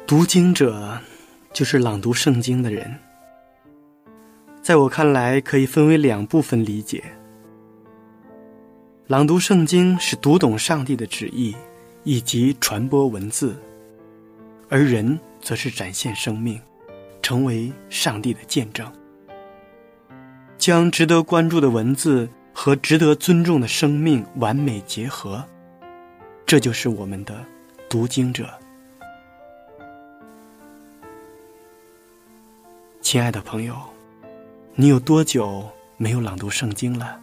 读经者就是朗读圣经的人。在我看来，可以分为两部分理解。朗读圣经是读懂上帝的旨意以及传播文字，而人则是展现生命，成为上帝的见证，将值得关注的文字和值得尊重的生命完美结合，这就是我们的读经者。亲爱的朋友，你有多久没有朗读圣经了？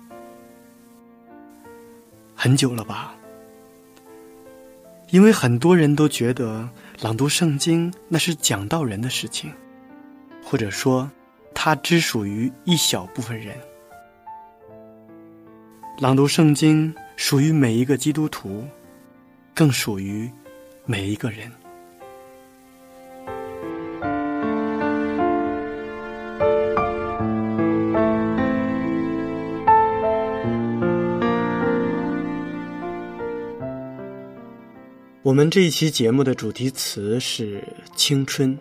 很久了吧？因为很多人都觉得朗读圣经那是讲道人的事情，或者说它只属于一小部分人。朗读圣经属于每一个基督徒，更属于每一个人。我们这一期节目的主题词是青春。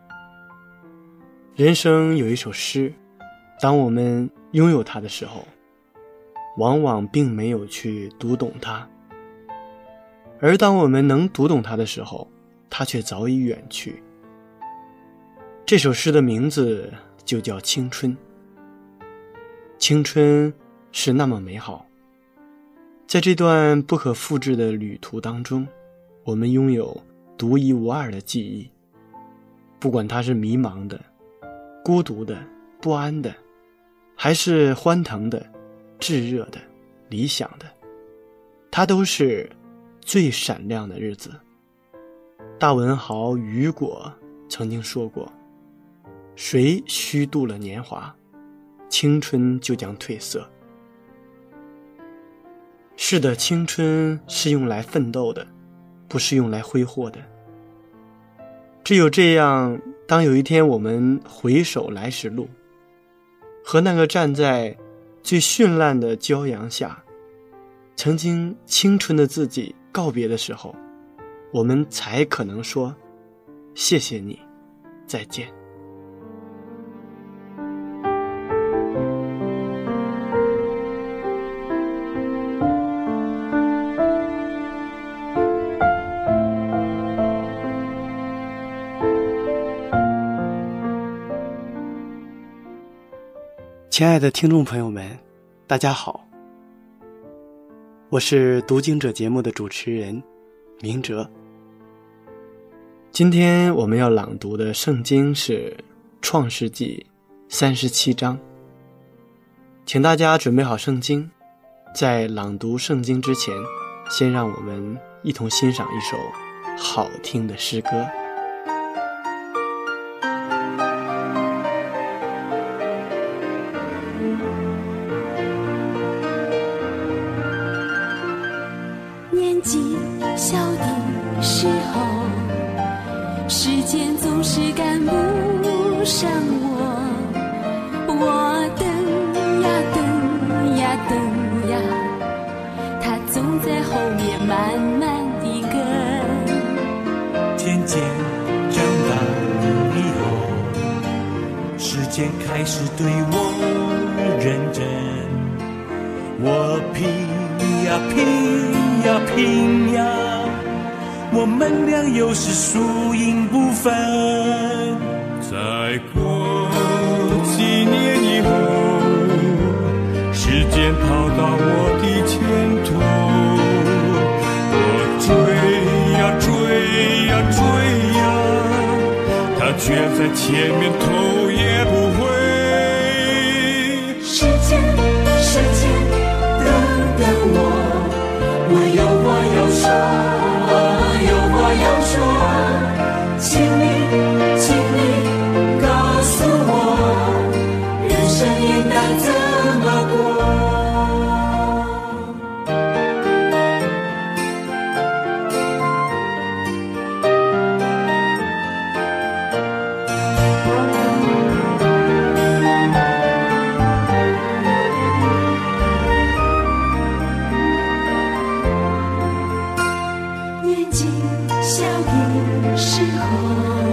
人生有一首诗，当我们拥有它的时候，往往并没有去读懂它，而当我们能读懂它的时候，它却早已远去。这首诗的名字就叫青春。青春是那么美好，在这段不可复制的旅途当中，我们拥有独一无二的记忆，不管它是迷茫的、孤独的、不安的，还是欢腾的、炙热的、理想的，它都是最闪亮的日子。大文豪雨果曾经说过，谁虚度了年华，青春就将褪色。是的，青春是用来奋斗的，不是用来挥霍的。只有这样，当有一天我们回首来时路，和那个站在最绚烂的骄阳下，曾经青春的自己告别的时候，我们才可能说，谢谢你，再见。亲爱的听众朋友们，大家好，我是读经者节目的主持人明哲。今天我们要朗读的圣经是创世纪37章，请大家准备好圣经。在朗读圣经之前，先让我们一同欣赏一首好听的诗歌。 年纪小的时候，时间总是赶不上我，我等呀等呀等呀，他总在后面慢慢地跟。 渐渐长大以后，时间开始对我认真，我拼呀拼呀拼呀，我们俩又是输赢不分。再过几年以后，时间跑到我的前途，我追呀追呀追呀，他却在前面头也不回。 时间等等我，我有话要说，有话要说，请你告诉我，人生应该怎么过。年纪小的时候，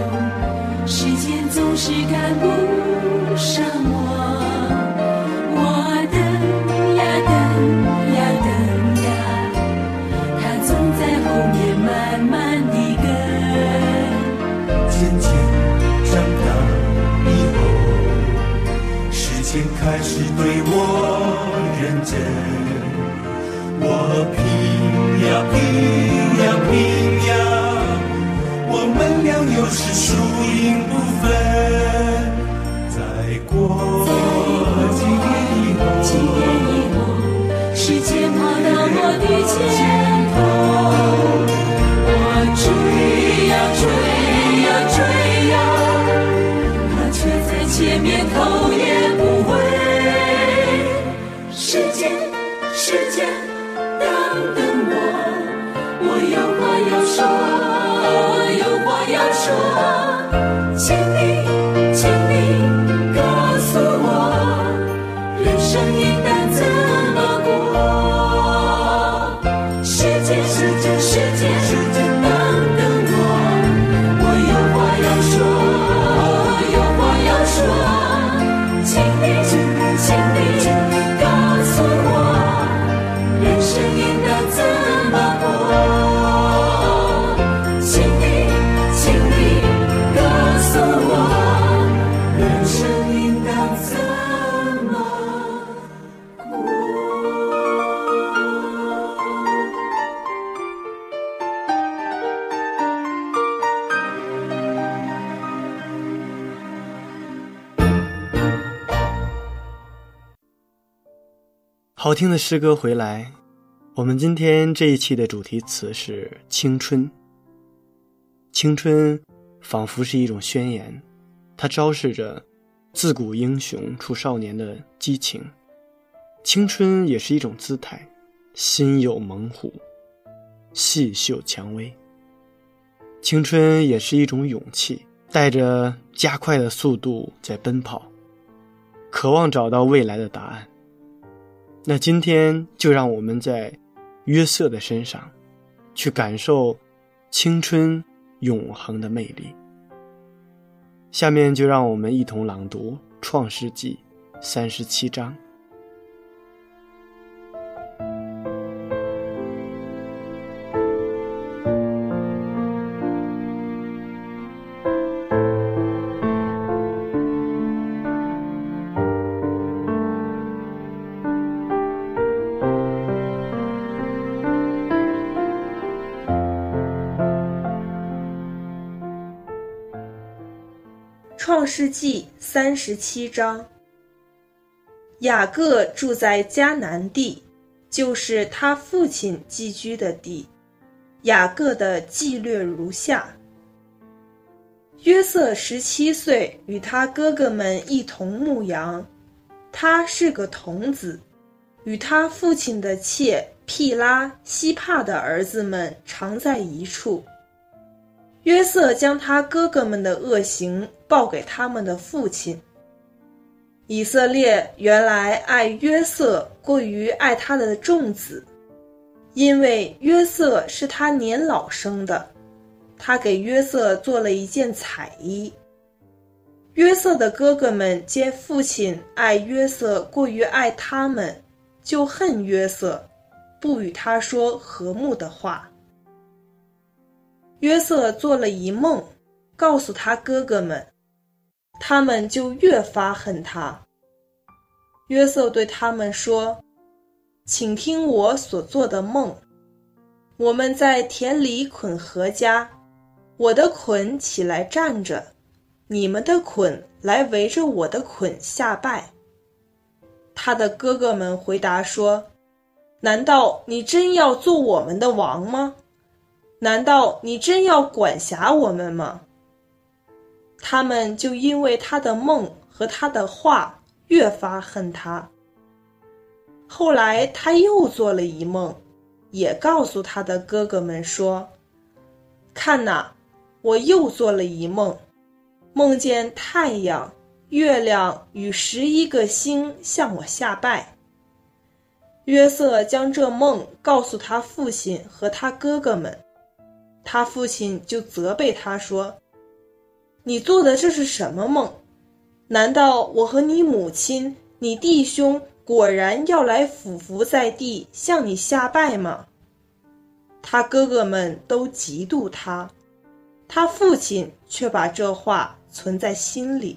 时间总是赶不上我，我等呀等呀等呀，它总在后面慢慢地跟。 渐渐长大以后，时间开始对我认真，我拼呀拼呀拼呀，我们俩有时输赢不分。再过几年以后， 时间跑到我的前头，我追呀追呀追呀，他却在前面头也不回。时间等等我，我有话要说，有话要说，请你告诉我，人生应当怎么过。时间等等我，我有话要说，有话要说，请你告诉我，人生应当怎么过。请你告诉我，人生应当怎么过。 好听的诗歌回来，我们今天这一期的主题词是青春。青春仿佛是一种宣言，它昭示着自古英雄出少年的激情。青春也是一种姿态，心有猛虎，细嗅蔷薇。青春也是一种勇气，带着加快的速度在奔跑，渴望找到未来的答案。那今天就让我们在约瑟的身上去感受青春永恒的魅力。下面就让我们一同朗读创世纪37章。 创世纪37章。雅各住在迦南地，就是他父亲寄居的地。雅各的记略如下：约瑟17岁，与他哥哥们一同牧羊，他是个童子，与他父亲的妾毗拉、西帕的儿子们常在一处。约瑟将他哥哥们的恶行报给他们的父亲。以色列原来爱约瑟过于爱他的众子，因为约瑟是他年老生的，他给约瑟做了一件彩衣。约瑟的哥哥们见父亲爱约瑟过于爱他们，就恨约瑟，不与他说和睦的话。约瑟做了一梦，告诉他哥哥们，他们就越发恨他。约瑟对他们说：请听我所做的梦。我们在田里捆禾稼，我的捆起来站着，你们的捆来围着我的捆下拜。他的哥哥们回答说：难道你真要做我们的王吗？难道你真要管辖我们吗？他们就因为他的梦和他的话越发恨他。后来他又做了一梦，也告诉他的哥哥们说：看哪，我又做了一梦，梦见太阳、月亮与11个星向我下拜。约瑟将这梦告诉他父亲和他哥哥们，他父亲就责备他说： 你做的这是什么梦？难道我和你母亲、你弟兄果然要来俯伏在地向你下拜吗？”他哥哥们都嫉妒他，他父亲却把这话存在心里。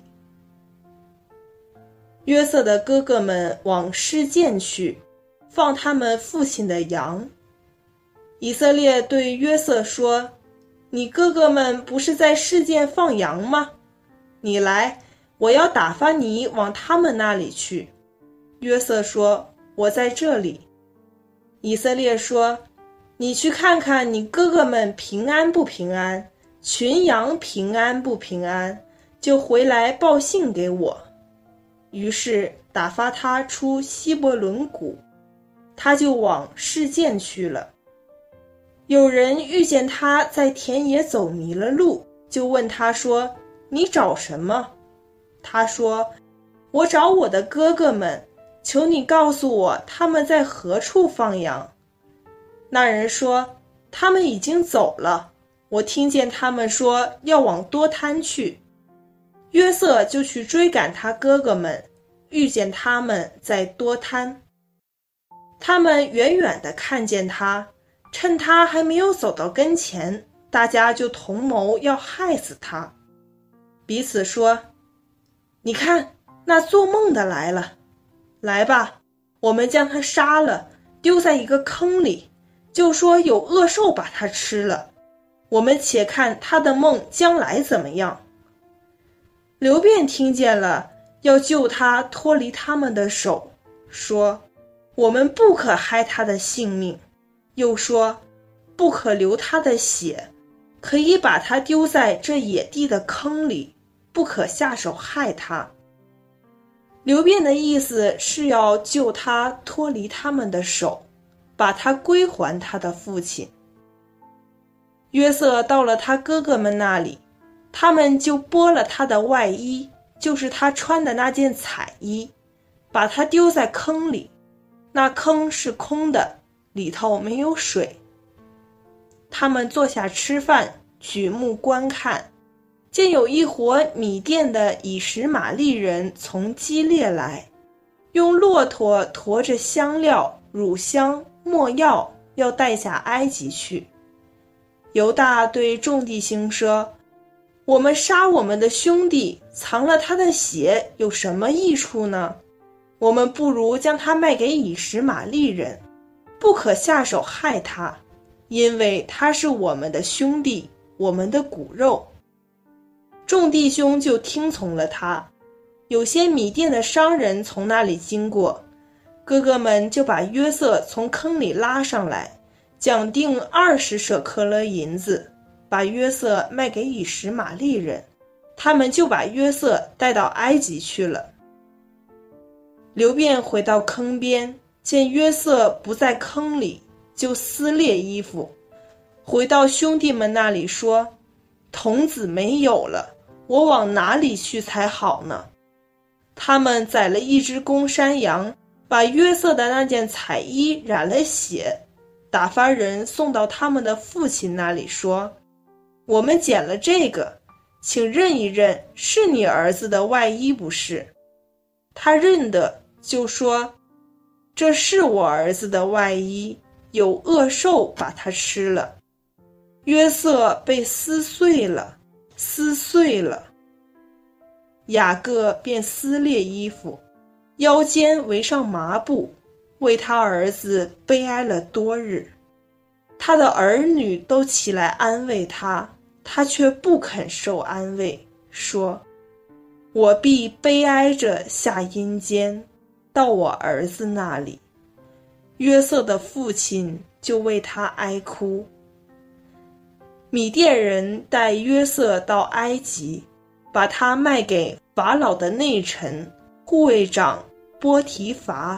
约瑟的哥哥们往示剑去，放他们父亲的羊。以色列对约瑟说：“你哥哥们不是在示剑放羊吗？你来，我要打发你往他们那里去。”约瑟说：“我在这里。”以色列说：“你去看看你哥哥们平安不平安，群羊平安不平安，就回来报信给我。”于是打发他出希伯伦谷，他就往示剑去了。有人遇见他在田野走迷了路，就问他说：“你找什么？”他说：“我找我的哥哥们，求你告诉我他们在何处放羊。”那人说：“他们已经走了，我听见他们说要往多滩去。”约瑟就去追赶他哥哥们，遇见他们在多滩。他们远远地看见他，趁他还没有走到跟前，大家就同谋要害死他，彼此说：“你看，那做梦的来了，来吧，我们将他杀了，丢在一个坑里，就说有恶兽把他吃了，我们且看他的梦将来怎么样。”刘辩听见了，要救他脱离他们的手，说：“我们不可害他的性命。”又说：“不可流他的血，可以把他丢在这野地的坑里，不可下手害他。”刘辩的意思是要救他脱离他们的手，把他归还他的父亲。约瑟到了他哥哥们那里，他们就剥了他的外衣，就是他穿的那件彩衣，把他丢在坑里。那坑是空的，里头没有水。他们坐下吃饭，举目观看，见有一伙米甸的以实玛利人从基列来，用骆驼驮着香料、乳香、没药，要带下埃及去。犹大对众弟兄说：“我们杀我们的兄弟，藏了他的血，有什么益处呢？我们不如将他卖给以实玛利人，不可下手害他，因为他是我们的兄弟，我们的骨肉。”众弟兄就听从了他。有些米甸的商人从那里经过，哥哥们就把约瑟从坑里拉上来，讲定20舍克勒银子，把约瑟卖给以实玛利人，他们就把约瑟带到埃及去了。刘辩回到坑边，见约瑟不在坑里，就撕裂衣服，回到兄弟们那里说：“童子没有了，我往哪里去才好呢？”他们宰了一只公山羊，把约瑟的那件彩衣染了血，打发人送到他们的父亲那里说：“我们捡了这个，请认一认，是你儿子的外衣不是？”他认得，就说：“这是我儿子的外衣，有恶兽把它吃了。”约瑟被撕碎了，撕碎了。雅各便撕裂衣服，腰间围上麻布，为他儿子悲哀了多日。他的儿女都起来安慰他，他却不肯受安慰，说：“我必悲哀着下阴间，到我儿子那里。”约瑟的父亲就为他哀哭。米甸人带约瑟到埃及，把他卖给法老的内臣护卫长波提乏。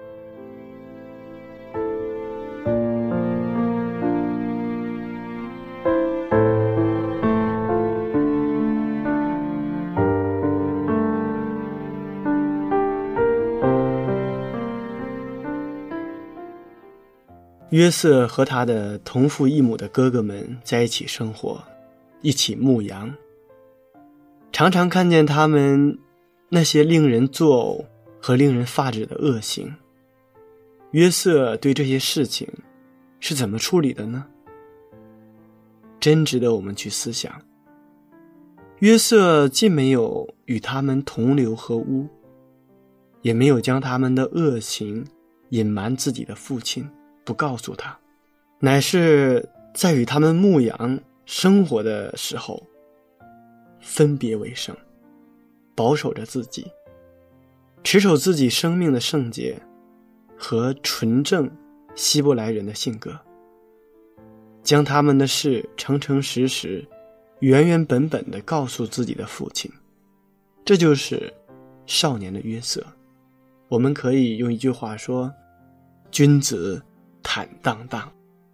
约瑟和他的同父异母的哥哥们在一起生活，一起牧羊。 常常看见他们那些令人作呕和令人发指的恶行。约瑟对这些事情是怎么处理的呢？真值得我们去思想。约瑟既没有与他们同流合污，也没有将他们的恶行隐瞒自己的父亲，不告诉他，乃是在与他们牧羊生活的时候分别为圣，保守着自己，持守自己生命的圣洁和纯正希伯来人的性格，将他们的事诚诚实实原原本本地告诉自己的父亲。这就是少年的约瑟。我们可以用一句话说，君子坦荡荡。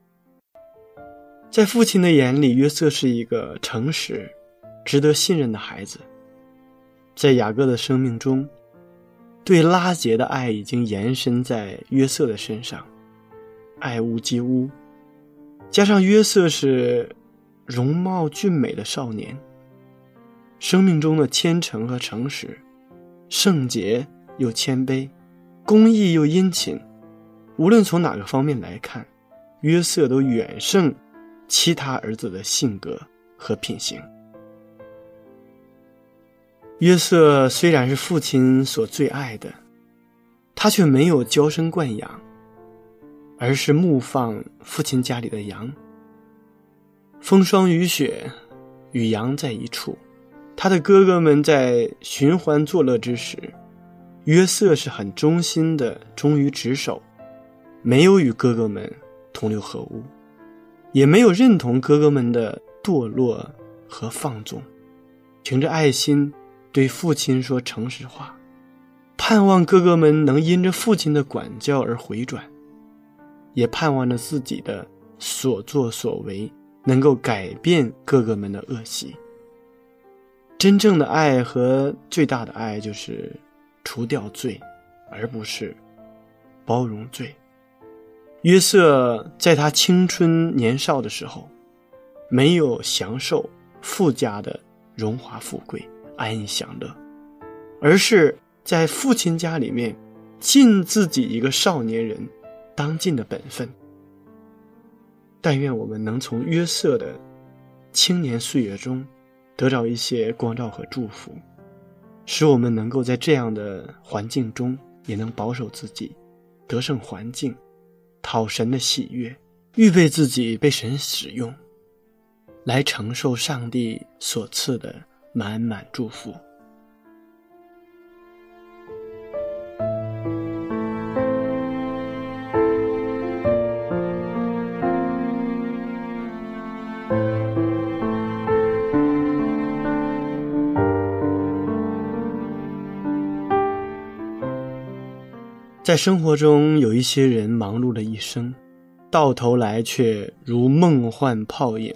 在父亲的眼里，约瑟是一个诚实值得信任的孩子。在雅各的生命中，对拉结的爱已经延伸在约瑟的身上，爱屋及乌，加上约瑟是容貌俊美的少年，生命中的虔诚和诚实，圣洁又谦卑，公义又殷勤，无论从哪个方面来看，约瑟都远胜其他儿子的性格和品行。约瑟虽然是父亲所最爱的，他却没有娇生惯养，而是牧放父亲家里的羊。风霜雨雪，与羊在一处，他的哥哥们在寻欢作乐之时，约瑟是很忠心的忠于职守，没有与哥哥们同流合污，也没有认同哥哥们的堕落和放纵，凭着爱心对父亲说诚实话，盼望哥哥们能因着父亲的管教而回转，也盼望着自己的所作所为能够改变哥哥们的恶习。真正的爱和最大的爱就是除掉罪，而不是包容罪。约瑟在他青春年少的时候，没有享受富家的荣华富贵安逸享乐，而是在父亲家里面尽自己一个少年人当尽的本分。但愿我们能从约瑟的青年岁月中得到一些光照和祝福，使我们能够在这样的环境中也能保守自己，得胜环境，讨神的喜悦，预备自己被神使用，来承受上帝所赐的满满祝福。在生活中，有一些人忙碌了一生，到头来却如梦幻泡影。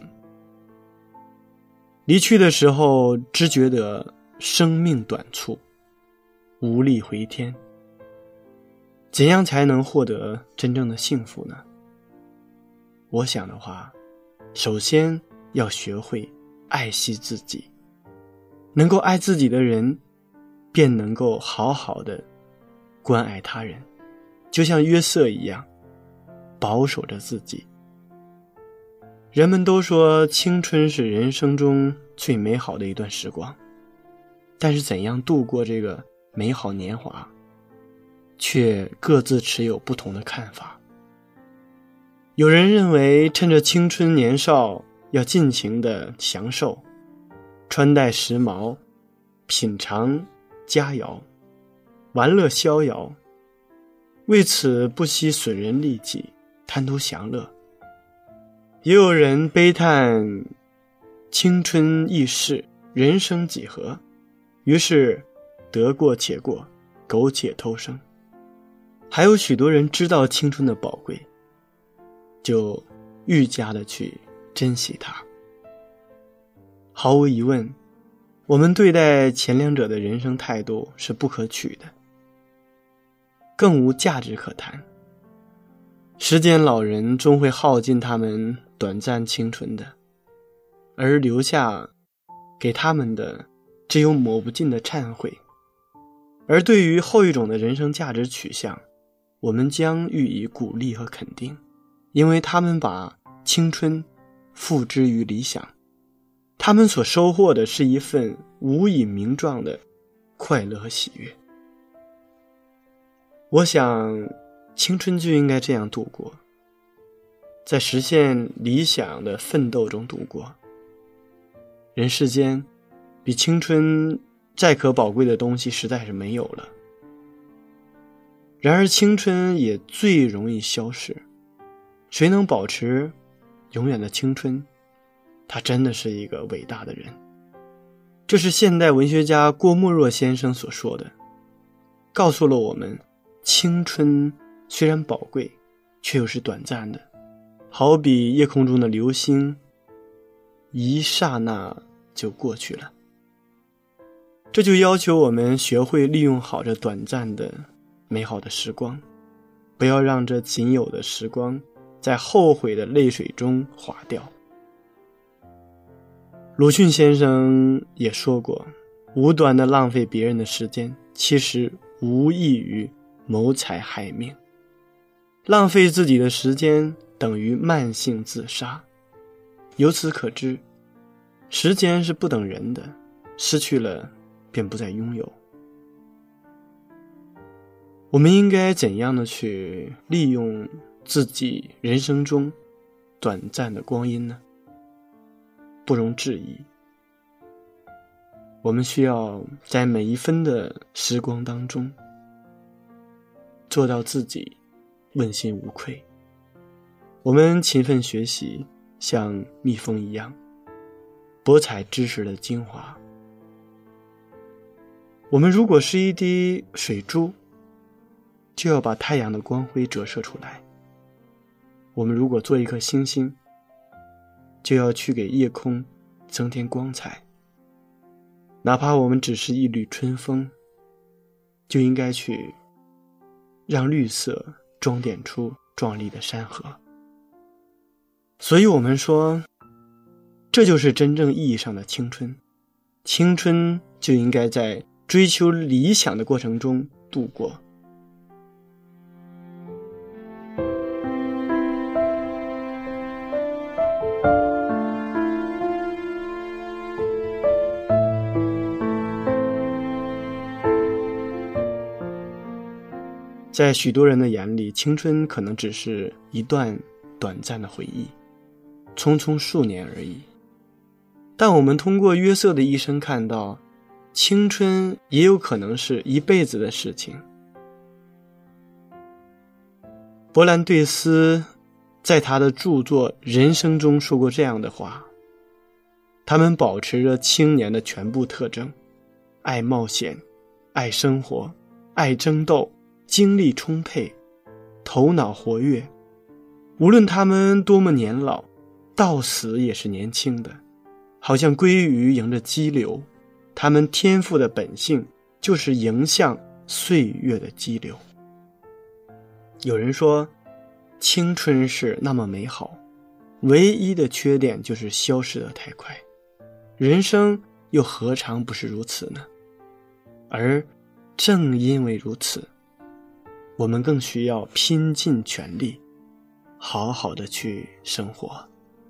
离去的时候，只觉得生命短促，无力回天。怎样才能获得真正的幸福呢？我想的话，首先要学会爱惜自己。能够爱自己的人，便能够好好的关爱他人，就像约瑟一样，保守着自己。人们都说青春是人生中最美好的一段时光，但是怎样度过这个美好年华，却各自持有不同的看法。有人认为趁着青春年少要尽情的享受，穿戴时髦，品尝佳肴，玩乐逍遥，为此不惜损人利己，贪图享乐。也有人悲叹青春易逝，人生几何，于是得过且过，苟且偷生。还有许多人知道青春的宝贵，就愈加的去珍惜它。毫无疑问，我们对待前两者的人生态度是不可取的，更无价值可谈。时间老人终会耗尽他们短暂青春的，而留下给他们的只有抹不尽的忏悔。而对于后一种的人生价值取向，我们将予以鼓励和肯定，因为他们把青春付之于理想，他们所收获的是一份无以名状的快乐和喜悦。我想青春就应该这样度过，在实现理想的奋斗中度过。人世间比青春再可宝贵的东西实在是没有了，然而青春也最容易消逝。谁能保持永远的青春，他真的是一个伟大的人。这是现代文学家郭沫若先生所说的，告诉了我们青春虽然宝贵，却又是短暂的，好比夜空中的流星，一刹那就过去了。这就要求我们学会利用好这短暂的美好的时光，不要让这仅有的时光在后悔的泪水中滑掉。鲁迅先生也说过，无端的浪费别人的时间，其实无异于谋财害命。浪费自己的时间等于慢性自杀。由此可知，时间是不等人的，失去了便不再拥有。我们应该怎样的去利用自己人生中短暂的光阴呢？不容置疑，我们需要在每一分的时光当中做到自己问心无愧。我们勤奋学习，像蜜蜂一样博采知识的精华。我们如果是一滴水珠，就要把太阳的光辉折射出来。我们如果做一颗星星，就要去给夜空增添光彩。哪怕我们只是一缕春风，就应该去让绿色装点出壮丽的山河。所以我们说，这就是真正意义上的青春。青春就应该在追求理想的过程中度过。在许多人的眼里，青春可能只是一段短暂的回忆，匆匆数年而已。但我们通过约瑟的一生看到，青春也有可能是一辈子的事情。勃兰对斯在他的著作《人生》中说过这样的话：他们保持着青年的全部特征，爱冒险，爱生活，爱争斗，精力充沛，头脑活跃。无论他们多么年老，到死也是年轻的，好像鲑鱼迎着激流。他们天赋的本性就是迎向岁月的激流。有人说，青春是那么美好，唯一的缺点就是消失得太快。人生又何尝不是如此呢？而正因为如此，我们更需要拼尽全力，好好的去生活。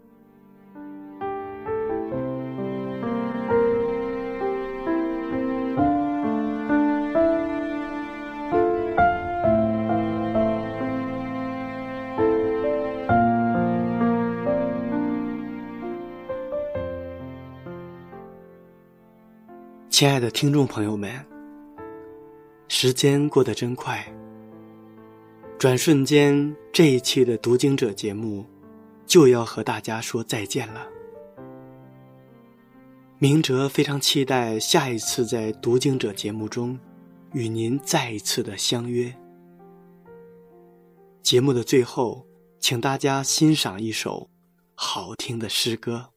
亲爱的听众朋友们，时间过得真快，转瞬间这一期的读经者节目就要和大家说再见了。明哲非常期待下一次在读经者节目中与您再一次的相约。节目的最后，请大家欣赏一首好听的诗歌。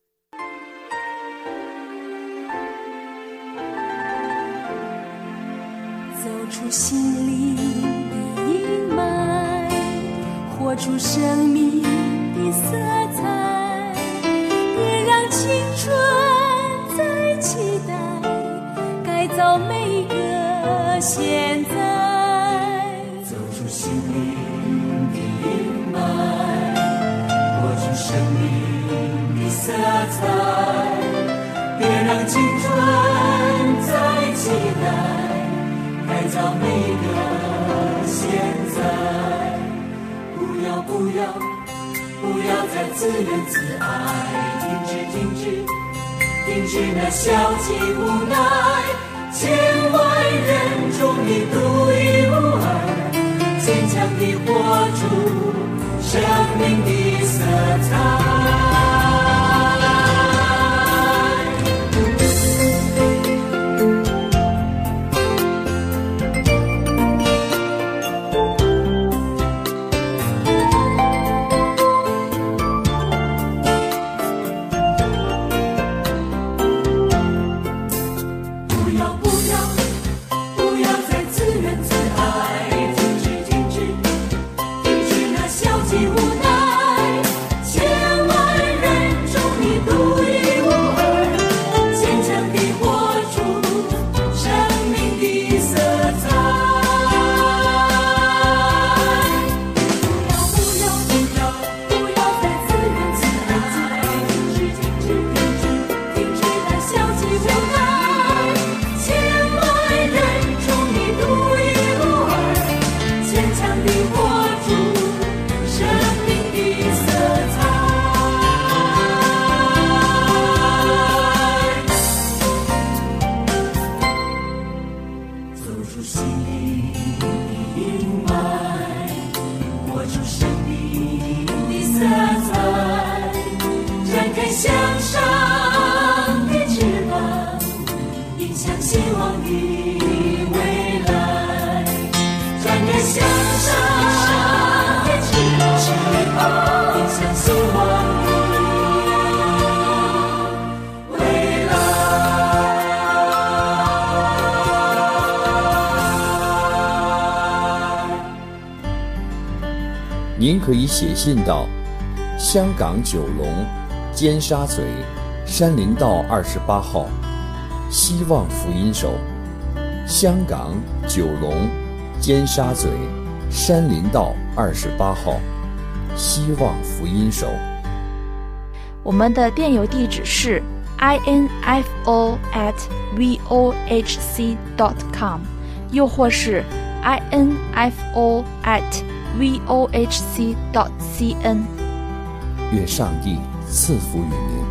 走出心灵的阴霾，活出生命的色彩，别让青春再期待， 造每一个现在。 走出心灵的阴霾，活出生命的色彩，别让青春再期待，改造每一个现在。不要再自怨自艾，停止那消极无奈，千万人中你独一无二，坚强地活出生命的色彩。 您可以写信到香港九龙尖沙咀山林道28号希望福音手，香港九龙尖沙咀山林道28号希望福音手。 我们的电邮地址是 info@vohc.com， 又或是 info@vohc.cn。 愿上帝赐福于您。